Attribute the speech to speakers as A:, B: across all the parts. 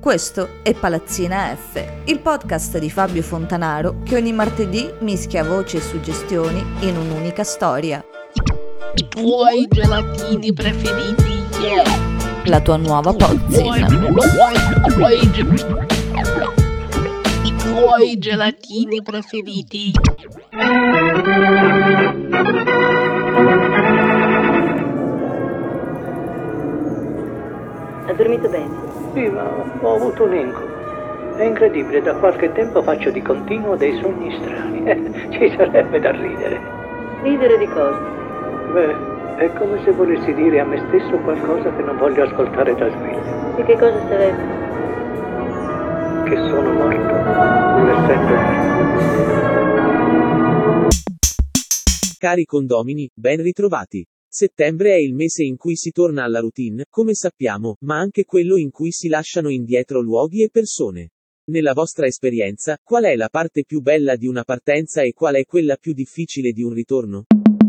A: Questo è Palazzina F, il podcast di Fabio Fontanaro che ogni martedì mischia voci e suggestioni in un'unica storia.
B: I tuoi gelatini preferiti,
A: La tua nuova pozzina.
B: I tuoi gelatini preferiti.
C: Ha dormito bene?
D: Sì, ma ho avuto un incubo. È incredibile, da qualche tempo faccio di continuo dei sogni strani. Ci sarebbe da ridere.
C: Ridere di cosa?
D: Beh, è come se volessi dire a me stesso qualcosa che non voglio ascoltare da sveglio.
C: E che cosa sarebbe?
D: Che sono morto, pur essendo vivo.
E: Cari condomini, ben ritrovati. Settembre è il mese in cui si torna alla routine, come sappiamo, ma anche quello in cui si lasciano indietro luoghi e persone. Nella vostra esperienza, qual è la parte più bella di una partenza e qual è quella più difficile di un ritorno?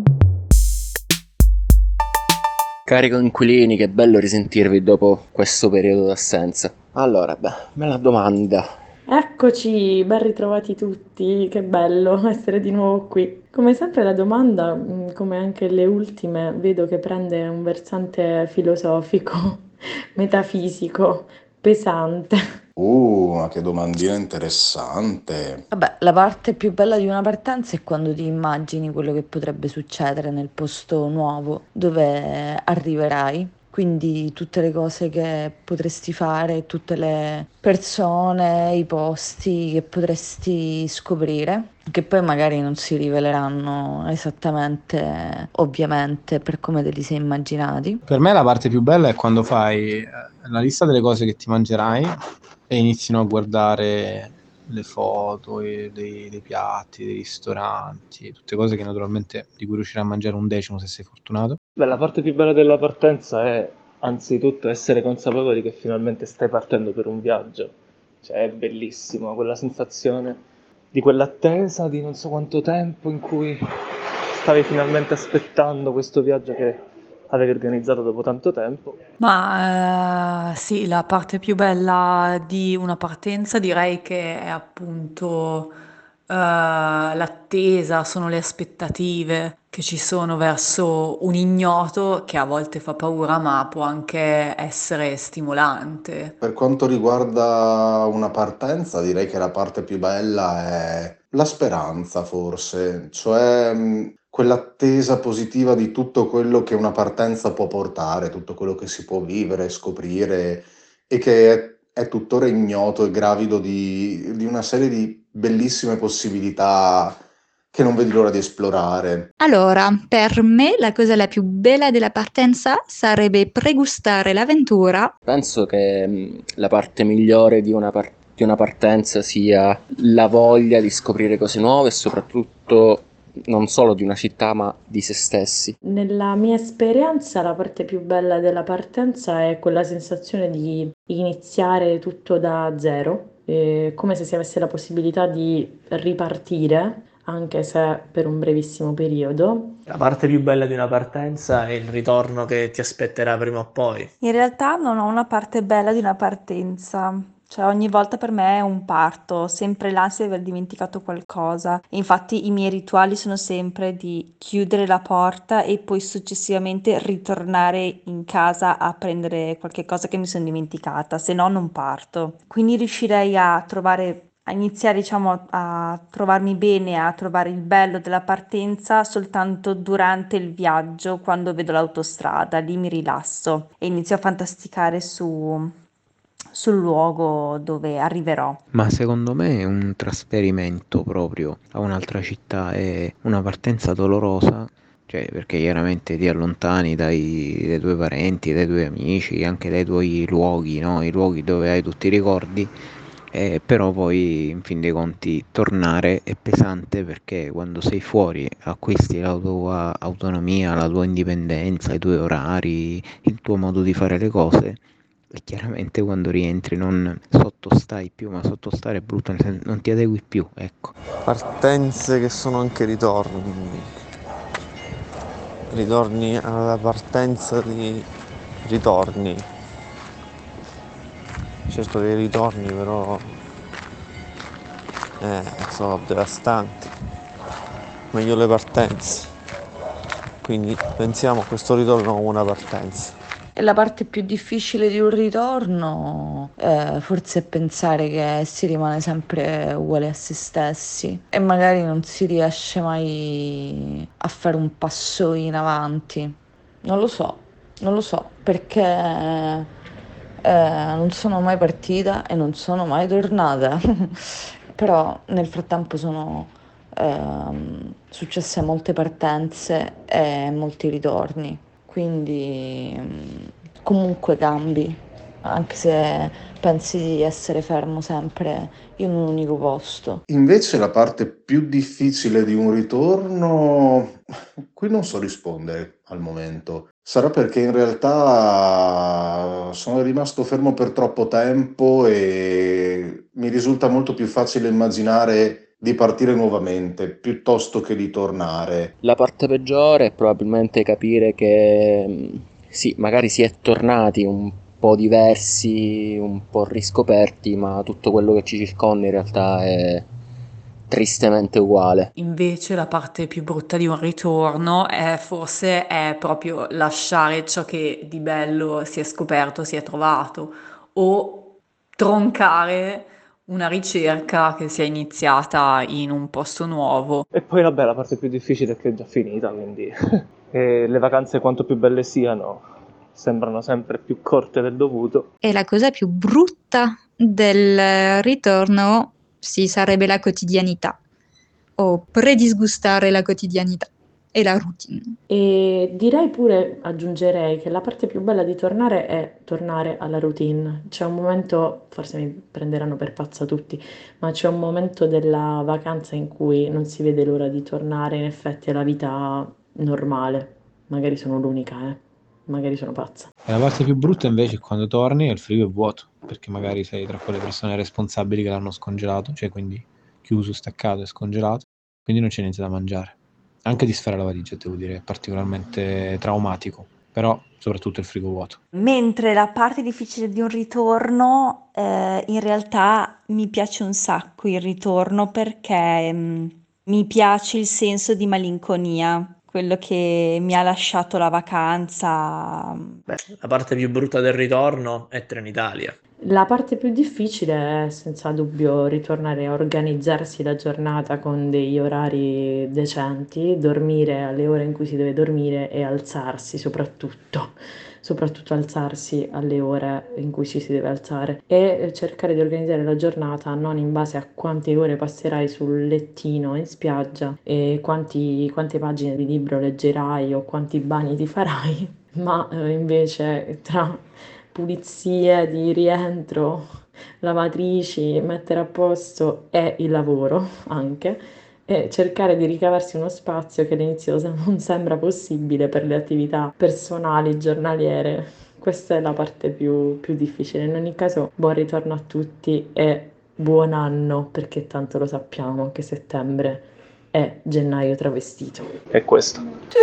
F: Cari coinquilini, che bello risentirvi dopo questo periodo d'assenza. Allora, bella domanda.
G: Eccoci, ben ritrovati tutti, che bello essere di nuovo qui. Come sempre la domanda, come anche le ultime, vedo che prende un versante filosofico, metafisico, pesante.
H: Ma che domandina interessante.
A: Vabbè, la parte più bella di una partenza è quando ti immagini quello che potrebbe succedere nel posto nuovo dove arriverai. Quindi tutte le cose che potresti fare, tutte le persone, i posti che potresti scoprire, che poi magari non si riveleranno esattamente, ovviamente, per come te li sei immaginati.
I: Per me la parte più bella è quando fai la lista delle cose che ti mangerai e iniziano a guardare le foto dei piatti, dei ristoranti, tutte cose che naturalmente di cui riuscirai a mangiare un decimo se sei fortunato.
J: Beh, la parte più bella della partenza è anzitutto essere consapevoli che finalmente stai partendo per un viaggio. Cioè è bellissimo quella sensazione di quell'attesa di non so quanto tempo in cui stavi finalmente aspettando questo viaggio che avevi organizzato dopo tanto tempo.
K: Ma sì, la parte più bella di una partenza direi che è appunto l'attesa, sono le aspettative che ci sono verso un ignoto che a volte fa paura, ma può anche essere stimolante.
H: Per quanto riguarda una partenza, direi che la parte più bella è la speranza, forse, cioè quell'attesa positiva di tutto quello che una partenza può portare, tutto quello che si può vivere, scoprire e che è tuttora ignoto e gravido di una serie di bellissime possibilità che non vedi l'ora di esplorare.
L: Allora, per me la cosa la più bella della partenza sarebbe pregustare l'avventura.
F: Penso che la parte migliore di una partenza sia la voglia di scoprire cose nuove e soprattutto non solo di una città ma di se stessi.
G: Nella mia esperienza la parte più bella della partenza è quella sensazione di iniziare tutto da zero, come se si avesse la possibilità di ripartire, anche se per un brevissimo periodo.
J: La parte più bella di una partenza è il ritorno che ti aspetterà prima o poi.
M: In realtà non ho una parte bella di una partenza, cioè ogni volta per me è un parto, sempre l'ansia di aver dimenticato qualcosa. E infatti i miei rituali sono sempre di chiudere la porta e poi successivamente ritornare in casa a prendere qualche cosa che mi sono dimenticata, se no non parto. Quindi riuscirei a iniziare, diciamo, a trovarmi bene, a trovare il bello della partenza soltanto durante il viaggio, quando vedo l'autostrada, lì mi rilasso e inizio a fantasticare sul luogo dove arriverò.
I: Ma secondo me è un trasferimento proprio a un'altra città, è una partenza dolorosa, cioè perché chiaramente ti allontani dai tuoi parenti, dai tuoi amici, anche dai tuoi luoghi, no? I luoghi dove hai tutti i ricordi. Però poi in fin dei conti tornare è pesante perché quando sei fuori acquisti la tua autonomia, la tua indipendenza, i tuoi orari, il tuo modo di fare le cose e chiaramente quando rientri non sottostai più, ma sottostare è brutto, nel senso non ti adegui più, ecco.
N: Partenze che sono anche ritorni alla partenza di ritorni. certo dei ritorni, però sono devastanti. Meglio le partenze. Quindi pensiamo a questo ritorno come una partenza.
A: E la parte più difficile di un ritorno forse è pensare che si rimane sempre uguali a se stessi e magari non si riesce mai a fare un passo in avanti. Non lo so, perché non sono mai partita e non sono mai tornata. Però nel frattempo sono successe molte partenze e molti ritorni. Quindi comunque cambi, anche se pensi di essere fermo sempre in un unico posto.
H: Invece la parte più difficile di un ritorno, qui non so rispondere al momento. Sarà perché in realtà sono rimasto fermo per troppo tempo e mi risulta molto più facile immaginare di partire nuovamente piuttosto che di tornare.
F: La parte peggiore è probabilmente capire che sì, magari si è tornati un po' diversi, un po' riscoperti, ma tutto quello che ci circonda in realtà è tristemente uguale.
K: Invece la parte più brutta di un ritorno è proprio lasciare ciò che di bello si è scoperto, si è trovato, o troncare una ricerca che si è iniziata in un posto nuovo.
J: E poi vabbè, la parte più difficile è che è già finita, quindi le vacanze quanto più belle siano sembrano sempre più corte del dovuto.
L: E la cosa più brutta del ritorno sarebbe la quotidianità, o predisgustare la quotidianità e la routine.
G: E aggiungerei che la parte più bella di tornare è tornare alla routine. C'è un momento, forse mi prenderanno per pazza tutti, ma c'è un momento della vacanza in cui non si vede l'ora di tornare in effetti alla vita normale. Magari sono l'unica, magari sono pazza.
I: E la parte più brutta invece è quando torni e il frigo è vuoto, perché magari sei tra quelle persone responsabili che l'hanno scongelato, cioè quindi chiuso, staccato e scongelato, quindi non c'è niente da mangiare. Anche disfare la valigia, devo dire, è particolarmente traumatico, però soprattutto il frigo vuoto.
M: Mentre la parte difficile di un ritorno, in realtà mi piace un sacco il ritorno perché mi piace il senso di malinconia, quello che mi ha lasciato la vacanza.
O: Beh, la parte più brutta del ritorno è Trenitalia.
G: La parte più difficile è senza dubbio ritornare a organizzarsi la giornata con degli orari decenti, dormire alle ore in cui si deve dormire e alzarsi soprattutto alzarsi alle ore in cui ci si deve alzare e cercare di organizzare la giornata non in base a quante ore passerai sul lettino in spiaggia e quante pagine di libro leggerai o quanti bagni ti farai, ma invece tra pulizie di rientro, lavatrici, mettere a posto e il lavoro anche, e cercare di ricavarsi uno spazio che all'inizio non sembra possibile per le attività personali, giornaliere. Questa è la parte più difficile. In ogni caso, buon ritorno a tutti e buon anno, perché tanto lo sappiamo che settembre è gennaio travestito.
J: È questo.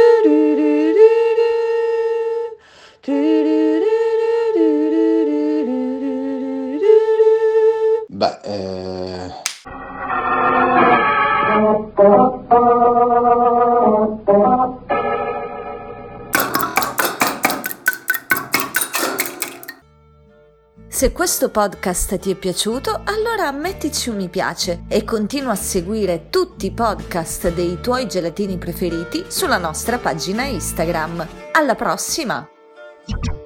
A: Se questo podcast ti è piaciuto, allora mettici un mi piace e continua a seguire tutti i podcast dei tuoi gelatini preferiti sulla nostra pagina Instagram. Alla prossima!